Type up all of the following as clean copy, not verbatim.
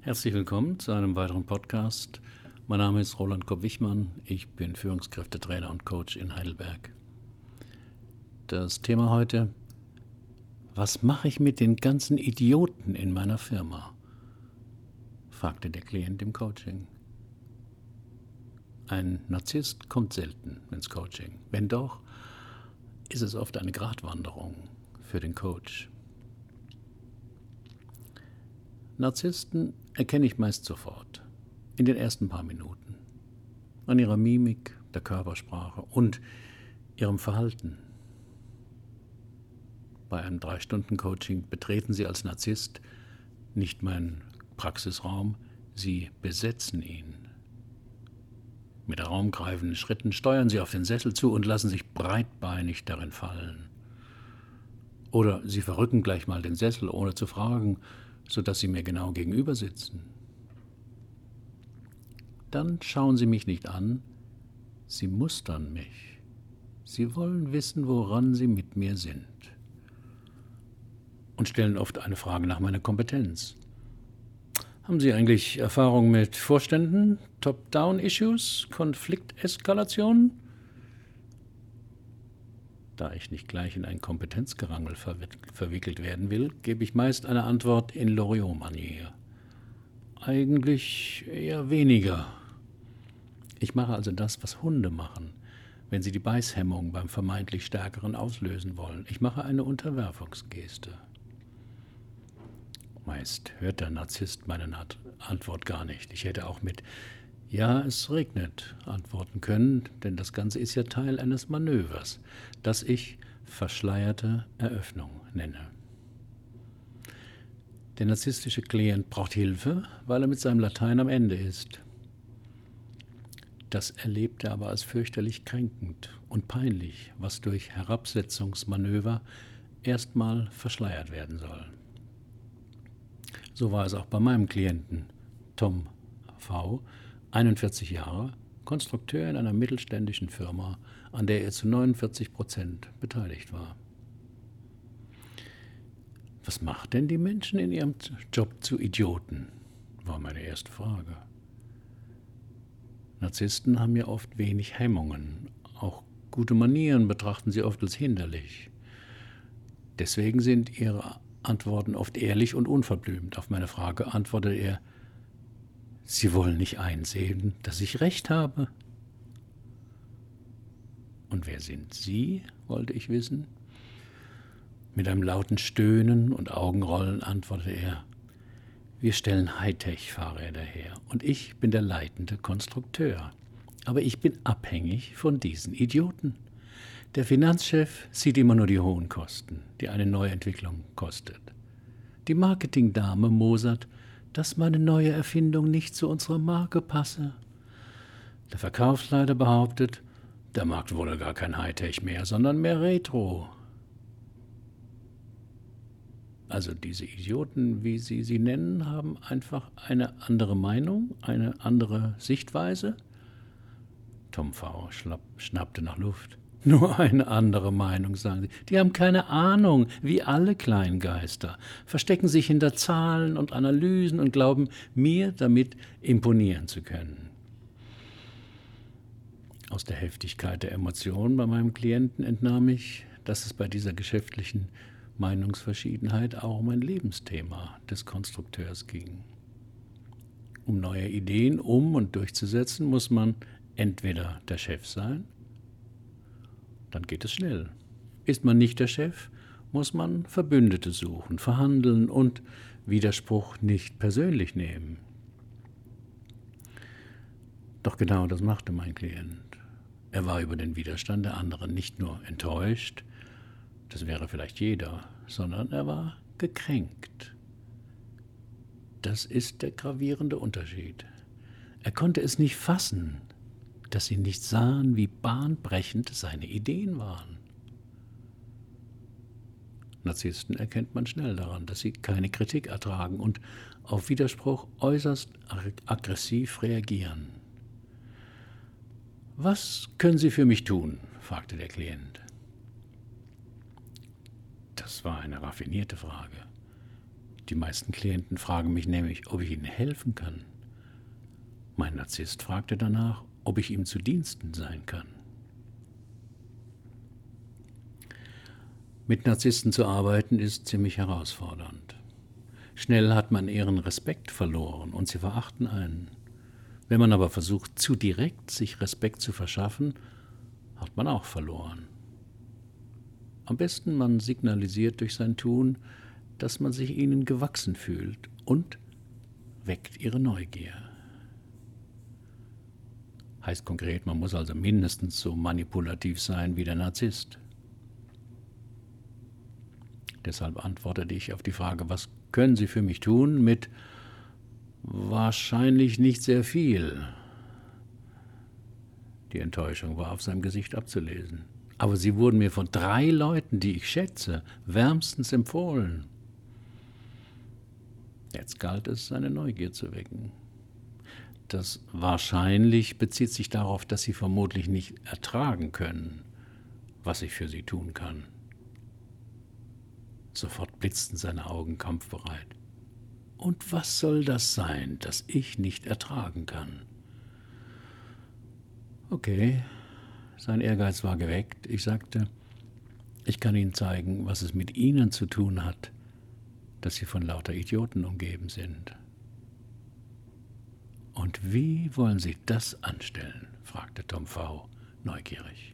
Herzlich willkommen zu einem weiteren Podcast. Mein Name ist Roland Kopp-Wichmann. Ich bin Führungskräftetrainer und Coach in Heidelberg. Das Thema heute: Was mache ich mit den ganzen Idioten in meiner Firma? Fragte der Klient im Coaching. Ein Narzisst kommt selten ins Coaching. Wenn doch, ist es oft eine Gratwanderung für den Coach. Narzissten erkenne ich meist sofort, in den ersten paar Minuten, an ihrer Mimik, der Körpersprache und ihrem Verhalten. Bei einem 3-Stunden-Coaching betreten Sie als Narzisst nicht meinen Praxisraum, Sie besetzen ihn. Mit raumgreifenden Schritten steuern Sie auf den Sessel zu und lassen sich breitbeinig darin fallen. Oder Sie verrücken gleich mal den Sessel, ohne zu fragen, sodass Sie mir genau gegenüber sitzen. Dann schauen Sie mich nicht an, Sie mustern mich. Sie wollen wissen, woran Sie mit mir sind. Und stellen oft eine Frage nach meiner Kompetenz. Haben Sie eigentlich Erfahrung mit Vorständen, Top-Down-Issues, Konflikteskalationen? Da ich nicht gleich in ein Kompetenzgerangel verwickelt werden will, gebe ich meist eine Antwort in Loriot-Manier. Eigentlich eher weniger. Ich mache also das, was Hunde machen, wenn sie die Beißhemmung beim vermeintlich Stärkeren auslösen wollen. Ich mache eine Unterwerfungsgeste. Meist hört der Narzisst meine Antwort gar nicht. Ich hätte auch mit "Ja, es regnet" antworten können, denn das Ganze ist ja Teil eines Manövers, das ich verschleierte Eröffnung nenne. Der narzisstische Klient braucht Hilfe, weil er mit seinem Latein am Ende ist. Das erlebt er aber als fürchterlich kränkend und peinlich, was durch Herabsetzungsmanöver erstmal verschleiert werden soll. So war es auch bei meinem Klienten, Tom V., 41 Jahre, Konstrukteur in einer mittelständischen Firma, an der er zu 49% beteiligt war. Was macht denn die Menschen in ihrem Job zu Idioten? War meine erste Frage. Narzissten haben ja oft wenig Hemmungen. Auch gute Manieren betrachten sie oft als hinderlich. Deswegen sind ihre Antworten oft ehrlich und unverblümt. Auf meine Frage antwortet er: Sie wollen nicht einsehen, dass ich recht habe. Und wer sind Sie, wollte ich wissen. Mit einem lauten Stöhnen und Augenrollen antwortete er: Wir stellen Hightech-Fahrräder her und ich bin der leitende Konstrukteur. Aber ich bin abhängig von diesen Idioten. Der Finanzchef sieht immer nur die hohen Kosten, die eine Neuentwicklung kostet. Die Marketingdame mosert, dass meine neue Erfindung nicht zu unserer Marke passe. Der Verkaufsleiter behauptet, der Markt wolle gar kein Hightech mehr, sondern mehr Retro. Also diese Idioten, wie Sie sie nennen, haben einfach eine andere Meinung, eine andere Sichtweise. Tom V. schnappte nach Luft. Nur eine andere Meinung, sagen Sie. Die haben keine Ahnung, wie alle Kleingeister, verstecken sich hinter Zahlen und Analysen und glauben, mir damit imponieren zu können. Aus der Heftigkeit der Emotionen bei meinem Klienten entnahm ich, dass es bei dieser geschäftlichen Meinungsverschiedenheit auch um ein Lebensthema des Konstrukteurs ging. Um neue Ideen und durchzusetzen, muss man entweder der Chef sein, dann geht es schnell. Ist man nicht der Chef, muss man Verbündete suchen, verhandeln und Widerspruch nicht persönlich nehmen. Doch genau das machte mein Klient. Er war über den Widerstand der anderen nicht nur enttäuscht, das wäre vielleicht jeder, sondern er war gekränkt. Das ist der gravierende Unterschied. Er konnte es nicht fassen, dass sie nicht sahen, wie bahnbrechend seine Ideen waren. Narzissten erkennt man schnell daran, dass sie keine Kritik ertragen und auf Widerspruch äußerst aggressiv reagieren. Was können Sie für mich tun? Fragte der Klient. Das war eine raffinierte Frage. Die meisten Klienten fragen mich nämlich, ob ich ihnen helfen kann. Mein Narzisst fragte danach, ob ich ihm zu Diensten sein kann. Mit Narzissten zu arbeiten ist ziemlich herausfordernd. Schnell hat man ihren Respekt verloren und sie verachten einen. Wenn man aber versucht, zu direkt sich Respekt zu verschaffen, hat man auch verloren. Am besten man signalisiert durch sein Tun, dass man sich ihnen gewachsen fühlt und weckt ihre Neugier. Heißt konkret, man muss also mindestens so manipulativ sein wie der Narzisst. Deshalb antwortete ich auf die Frage, was können Sie für mich tun, mit wahrscheinlich nicht sehr viel. Die Enttäuschung war auf seinem Gesicht abzulesen. Aber sie wurden mir von 3 Leuten, die ich schätze, wärmstens empfohlen. Jetzt galt es, seine Neugier zu wecken. Das wahrscheinlich bezieht sich darauf, dass sie vermutlich nicht ertragen können, was ich für sie tun kann. Sofort blitzten seine Augen kampfbereit. Und was soll das sein, das ich nicht ertragen kann? Okay, sein Ehrgeiz war geweckt. Ich sagte, ich kann Ihnen zeigen, was es mit Ihnen zu tun hat, dass Sie von lauter Idioten umgeben sind. Und wie wollen Sie das anstellen? Fragte Tom V. neugierig.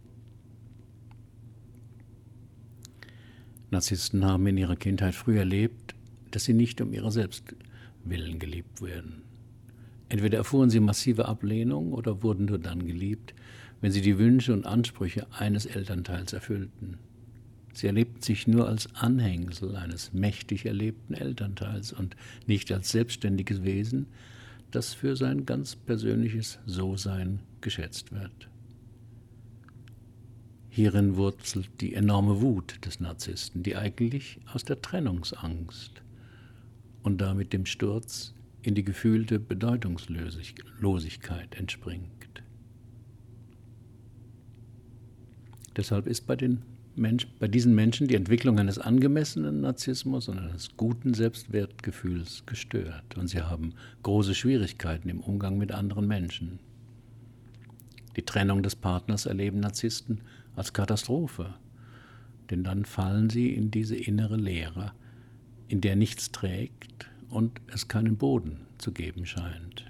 Narzissten haben in ihrer Kindheit früh erlebt, dass sie nicht um ihrer selbst willen geliebt werden. Entweder erfuhren sie massive Ablehnung oder wurden nur dann geliebt, wenn sie die Wünsche und Ansprüche eines Elternteils erfüllten. Sie erlebten sich nur als Anhängsel eines mächtig erlebten Elternteils und nicht als selbstständiges Wesen, das für sein ganz persönliches So-Sein geschätzt wird. Hierin wurzelt die enorme Wut des Narzissten, die eigentlich aus der Trennungsangst und damit dem Sturz in die gefühlte Bedeutungslosigkeit entspringt. Deshalb ist bei diesen Menschen die Entwicklung eines angemessenen Narzissmus und eines guten Selbstwertgefühls gestört und sie haben große Schwierigkeiten im Umgang mit anderen Menschen. Die Trennung des Partners erleben Narzissten als Katastrophe, denn dann fallen sie in diese innere Leere, in der nichts trägt und es keinen Boden zu geben scheint.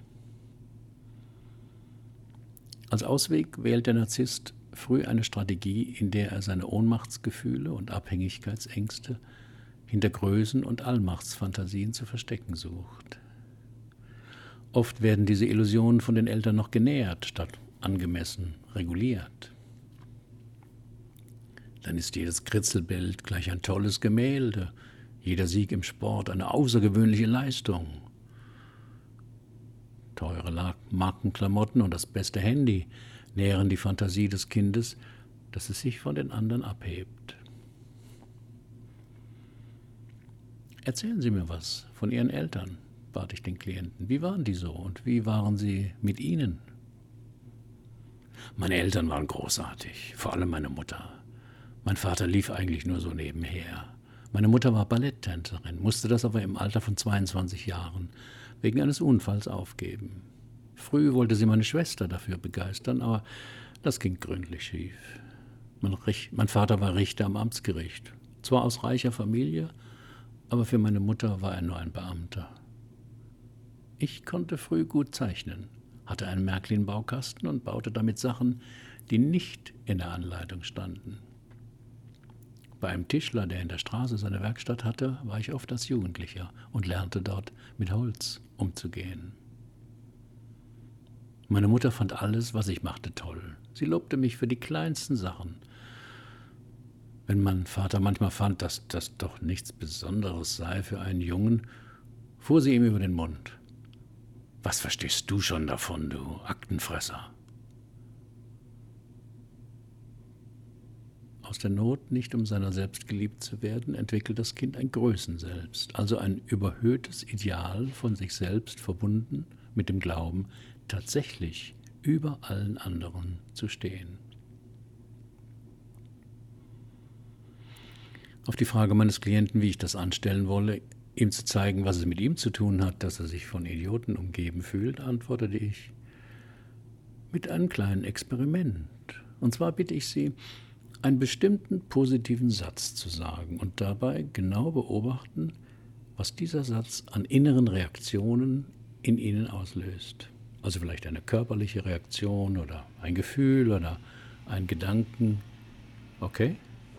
Als Ausweg wählt der Narzisst früh eine Strategie, in der er seine Ohnmachtsgefühle und Abhängigkeitsängste hinter Größen- und Allmachtsfantasien zu verstecken sucht. Oft werden diese Illusionen von den Eltern noch genährt, statt angemessen reguliert. Dann ist jedes Kritzelbild gleich ein tolles Gemälde, jeder Sieg im Sport eine außergewöhnliche Leistung. Teure Markenklamotten und das beste Handy nähren die Fantasie des Kindes, dass es sich von den anderen abhebt. Erzählen Sie mir was von Ihren Eltern, bat ich den Klienten. Wie waren die so und wie waren sie mit Ihnen? Meine Eltern waren großartig, vor allem meine Mutter. Mein Vater lief eigentlich nur so nebenher. Meine Mutter war Balletttänzerin, musste das aber im Alter von 22 Jahren wegen eines Unfalls aufgeben. Früh wollte sie meine Schwester dafür begeistern, aber das ging gründlich schief. Mein Vater war Richter am Amtsgericht. Zwar aus reicher Familie, aber für meine Mutter war er nur ein Beamter. Ich konnte früh gut zeichnen, hatte einen Märklin-Baukasten und baute damit Sachen, die nicht in der Anleitung standen. Bei einem Tischler, der in der Straße seine Werkstatt hatte, war ich oft als Jugendlicher und lernte dort mit Holz umzugehen. Meine Mutter fand alles, was ich machte, toll. Sie lobte mich für die kleinsten Sachen. Wenn mein Vater manchmal fand, dass das doch nichts Besonderes sei für einen Jungen, fuhr sie ihm über den Mund. Was verstehst du schon davon, du Aktenfresser? Aus der Not, nicht um seiner selbst geliebt zu werden, entwickelt das Kind ein Größenselbst, also ein überhöhtes Ideal von sich selbst, verbunden mit dem Glauben, tatsächlich über allen anderen zu stehen. Auf die Frage meines Klienten, wie ich das anstellen wolle, ihm zu zeigen, was es mit ihm zu tun hat, dass er sich von Idioten umgeben fühlt, antwortete ich mit einem kleinen Experiment. Und zwar bitte ich Sie, einen bestimmten positiven Satz zu sagen und dabei genau beobachten, was dieser Satz an inneren Reaktionen in Ihnen auslöst. Also vielleicht eine körperliche Reaktion oder ein Gefühl oder ein Gedanken. Okay?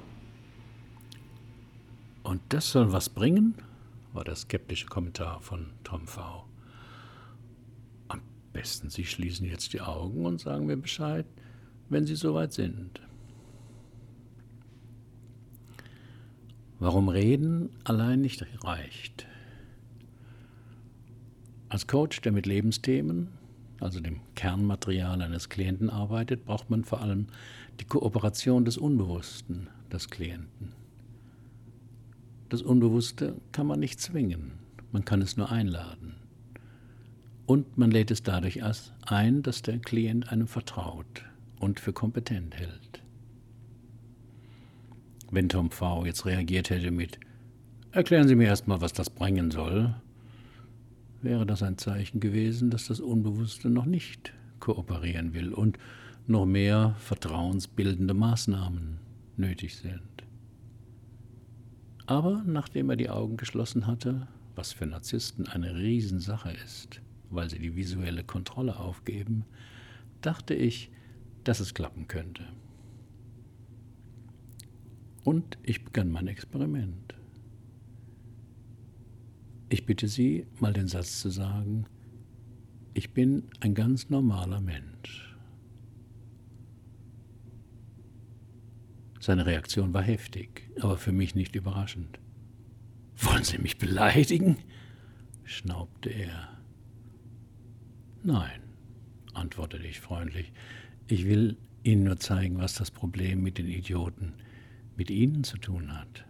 Und das soll was bringen? War der skeptische Kommentar von Tom V. Am besten, Sie schließen jetzt die Augen und sagen mir Bescheid, wenn Sie soweit sind. Warum Reden allein nicht reicht. Als Coach, der mit Lebensthemen, also dem Kernmaterial eines Klienten arbeitet, braucht man vor allem die Kooperation des Unbewussten des Klienten. Das Unbewusste kann man nicht zwingen, man kann es nur einladen. Und man lädt es dadurch erst ein, dass der Klient einem vertraut und für kompetent hält. Wenn Tom V. jetzt reagiert hätte mit »Erklären Sie mir erstmal, was das bringen soll«, wäre das ein Zeichen gewesen, dass das Unbewusste noch nicht kooperieren will und noch mehr vertrauensbildende Maßnahmen nötig sind. Aber nachdem er die Augen geschlossen hatte, was für Narzissten eine Riesensache ist, weil sie die visuelle Kontrolle aufgeben, dachte ich, dass es klappen könnte. Und ich begann mein Experiment. Ich bitte Sie, mal den Satz zu sagen, ich bin ein ganz normaler Mensch. Seine Reaktion war heftig, aber für mich nicht überraschend. »Wollen Sie mich beleidigen?« schnaubte er. »Nein«, antwortete ich freundlich, »ich will Ihnen nur zeigen, was das Problem mit den Idioten mit Ihnen zu tun hat.«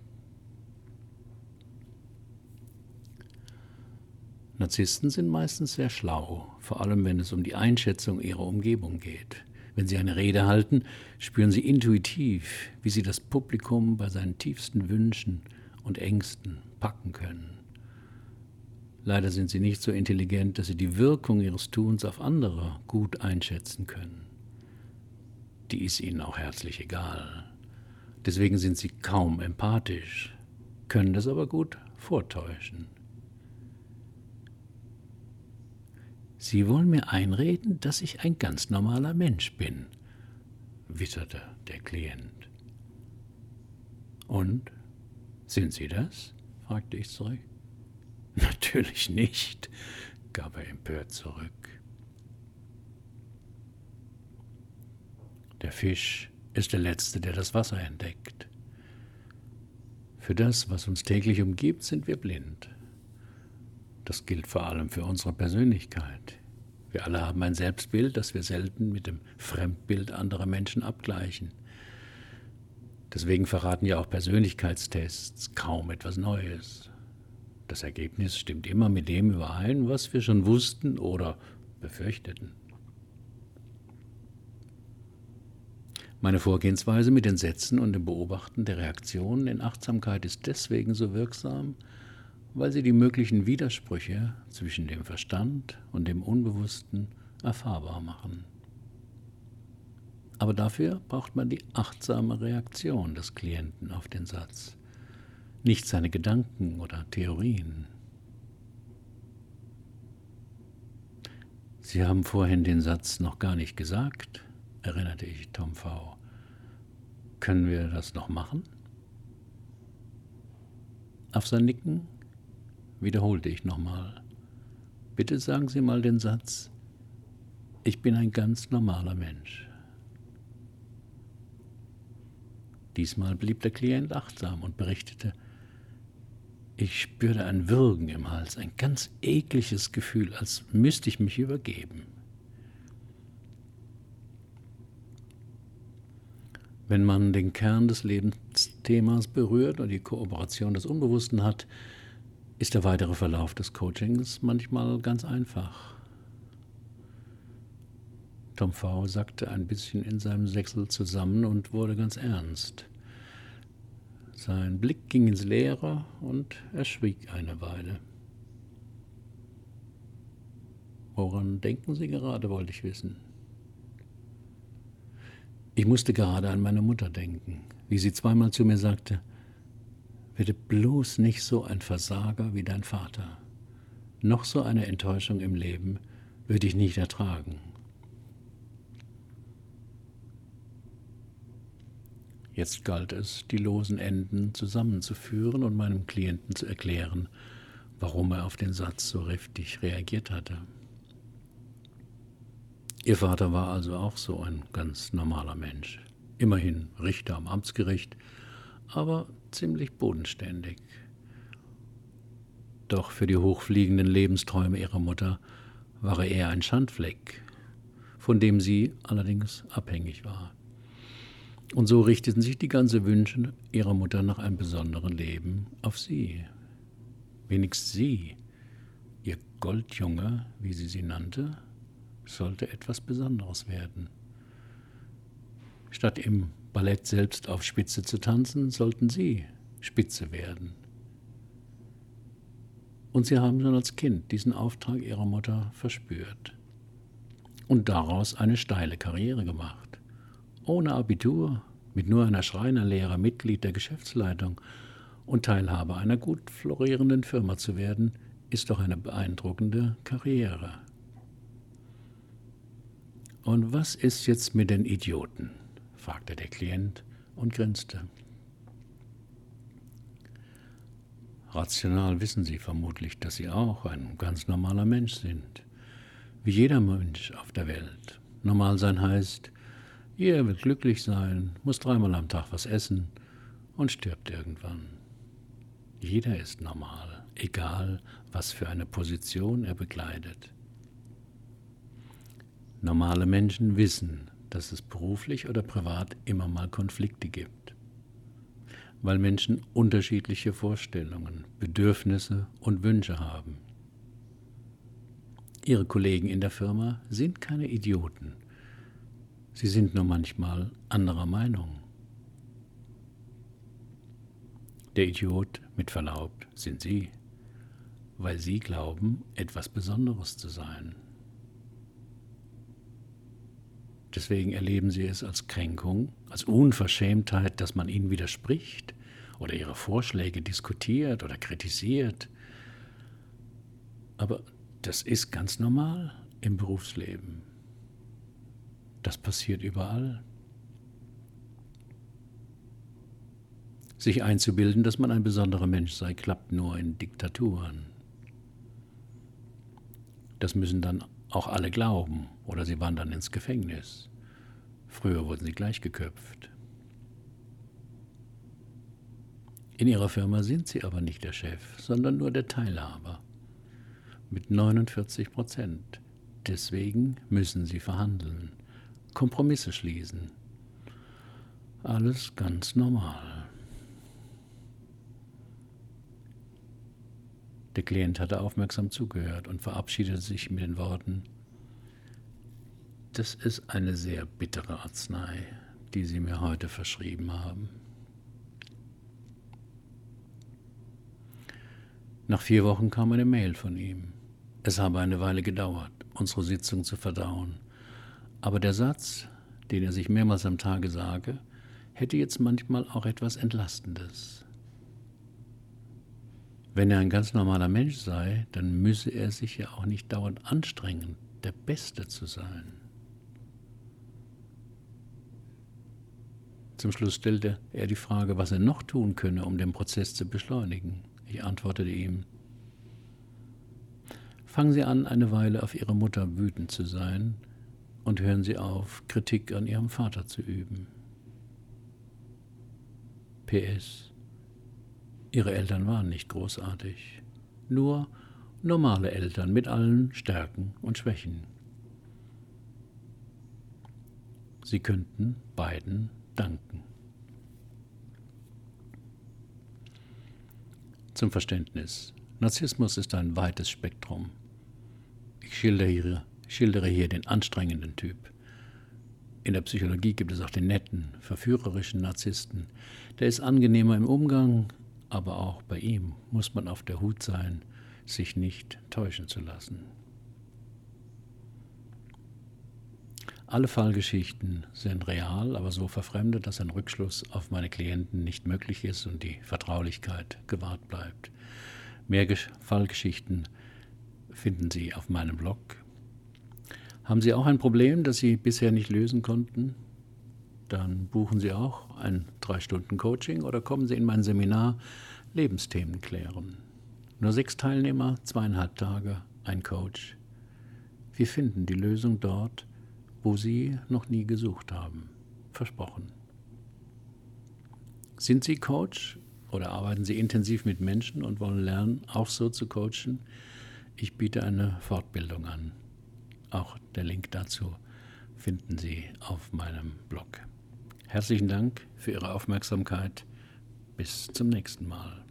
Narzissten sind meistens sehr schlau, vor allem wenn es um die Einschätzung ihrer Umgebung geht. Wenn sie eine Rede halten, spüren sie intuitiv, wie sie das Publikum bei seinen tiefsten Wünschen und Ängsten packen können. Leider sind sie nicht so intelligent, dass sie die Wirkung ihres Tuns auf andere gut einschätzen können. Die ist ihnen auch herzlich egal. Deswegen sind sie kaum empathisch, können das aber gut vortäuschen. »Sie wollen mir einreden, dass ich ein ganz normaler Mensch bin«, witterte der Klient. »Und? Sind Sie das?« fragte ich zurück. »Natürlich nicht«, gab er empört zurück. Der Fisch ist der Letzte, der das Wasser entdeckt. Für das, was uns täglich umgibt, sind wir blind. Das gilt vor allem für unsere Persönlichkeit. Wir alle haben ein Selbstbild, das wir selten mit dem Fremdbild anderer Menschen abgleichen. Deswegen verraten ja auch Persönlichkeitstests kaum etwas Neues. Das Ergebnis stimmt immer mit dem überein, was wir schon wussten oder befürchteten. Meine Vorgehensweise mit den Sätzen und dem Beobachten der Reaktionen in Achtsamkeit ist deswegen so wirksam, weil sie die möglichen Widersprüche zwischen dem Verstand und dem Unbewussten erfahrbar machen. Aber dafür braucht man die achtsame Reaktion des Klienten auf den Satz, nicht seine Gedanken oder Theorien. »Sie haben vorhin den Satz noch gar nicht gesagt«, erinnerte ich Tom V. »Können wir das noch machen?« Auf sein Nicken wiederholte ich nochmal. »Bitte sagen Sie mal den Satz, ich bin ein ganz normaler Mensch.« Diesmal blieb der Klient achtsam und berichtete, ich spürte ein Würgen im Hals, ein ganz ekliges Gefühl, als müsste ich mich übergeben. Wenn man den Kern des Lebensthemas berührt und die Kooperation des Unbewussten hat, ist der weitere Verlauf des Coachings manchmal ganz einfach. Tom V. sackte ein bisschen in seinem Sessel zusammen und wurde ganz ernst. Sein Blick ging ins Leere und er schwieg eine Weile. Woran denken Sie gerade, wollte ich wissen. Ich musste gerade an meine Mutter denken, wie sie zweimal zu mir sagte: Werde bloß nicht so ein Versager wie dein Vater. Noch so eine Enttäuschung im Leben würde ich nicht ertragen. Jetzt galt es, die losen Enden zusammenzuführen und meinem Klienten zu erklären, warum er auf den Satz so heftig reagiert hatte. Ihr Vater war also auch so ein ganz normaler Mensch, immerhin Richter am Amtsgericht, aber ziemlich bodenständig. Doch für die hochfliegenden Lebensträume ihrer Mutter war er eher ein Schandfleck, von dem sie allerdings abhängig war. Und so richteten sich die ganzen Wünsche ihrer Mutter nach einem besonderen Leben auf sie. Wenigstens sie, ihr Goldjunge, wie sie nannte, sollte etwas Besonderes werden. Statt im Ballett selbst auf Spitze zu tanzen, sollten sie Spitze werden. Und sie haben schon als Kind diesen Auftrag ihrer Mutter verspürt und daraus eine steile Karriere gemacht. Ohne Abitur, mit nur einer Schreinerlehre Mitglied der Geschäftsleitung und Teilhaber einer gut florierenden Firma zu werden, ist doch eine beeindruckende Karriere. Und was ist jetzt mit den Idioten? Fragte der Klient und grinste. Rational wissen Sie vermutlich, dass Sie auch ein ganz normaler Mensch sind. Wie jeder Mensch auf der Welt. Normal sein heißt, jeder will glücklich sein, muss 3-mal am Tag was essen und stirbt irgendwann. Jeder ist normal, egal was für eine Position er bekleidet. Normale Menschen wissen, dass es beruflich oder privat immer mal Konflikte gibt, weil Menschen unterschiedliche Vorstellungen, Bedürfnisse und Wünsche haben. Ihre Kollegen in der Firma sind keine Idioten. Sie sind nur manchmal anderer Meinung. Der Idiot, mit Verlaub, sind Sie, weil Sie glauben, etwas Besonderes zu sein. Deswegen erleben Sie es als Kränkung, als Unverschämtheit, dass man Ihnen widerspricht oder Ihre Vorschläge diskutiert oder kritisiert. Aber das ist ganz normal im Berufsleben. Das passiert überall. Sich einzubilden, dass man ein besonderer Mensch sei, klappt nur in Diktaturen. Das müssen dann auch alle glauben oder sie wandern ins Gefängnis. Früher wurden sie gleich geköpft. In ihrer Firma sind sie aber nicht der Chef, sondern nur der Teilhaber mit 49%. Deswegen müssen sie verhandeln, Kompromisse schließen. Alles ganz normal. Der Klient hatte aufmerksam zugehört und verabschiedete sich mit den Worten: Das ist eine sehr bittere Arznei, die Sie mir heute verschrieben haben. Nach 4 Wochen kam eine Mail von ihm. Es habe eine Weile gedauert, unsere Sitzung zu verdauen. Aber der Satz, den er sich mehrmals am Tage sage, hätte jetzt manchmal auch etwas Entlastendes. Wenn er ein ganz normaler Mensch sei, dann müsse er sich ja auch nicht dauernd anstrengen, der Beste zu sein. Zum Schluss stellte er die Frage, was er noch tun könne, um den Prozess zu beschleunigen. Ich antwortete ihm: Fangen Sie an, eine Weile auf Ihre Mutter wütend zu sein und hören Sie auf, Kritik an Ihrem Vater zu üben. PS: Ihre Eltern waren nicht großartig, nur normale Eltern mit allen Stärken und Schwächen. Sie könnten beiden danken. Zum Verständnis: Narzissmus ist ein weites Spektrum. Ich schildere hier den anstrengenden Typ. In der Psychologie gibt es auch den netten, verführerischen Narzissten. Der ist angenehmer im Umgang, aber auch bei ihm muss man auf der Hut sein, sich nicht täuschen zu lassen. Alle Fallgeschichten sind real, aber so verfremdet, dass ein Rückschluss auf meine Klienten nicht möglich ist und die Vertraulichkeit gewahrt bleibt. Mehr Fallgeschichten finden Sie auf meinem Blog. Haben Sie auch ein Problem, das Sie bisher nicht lösen konnten? Dann buchen Sie auch ein 3-Stunden-Coaching oder kommen Sie in mein Seminar Lebensthemen klären. Nur 6 Teilnehmer, 2,5 Tage, ein Coach. Wir finden die Lösung dort, wo Sie noch nie gesucht haben. Versprochen. Sind Sie Coach oder arbeiten Sie intensiv mit Menschen und wollen lernen, auch so zu coachen? Ich biete eine Fortbildung an. Auch der Link dazu finden Sie auf meinem Blog. Herzlichen Dank für Ihre Aufmerksamkeit. Bis zum nächsten Mal.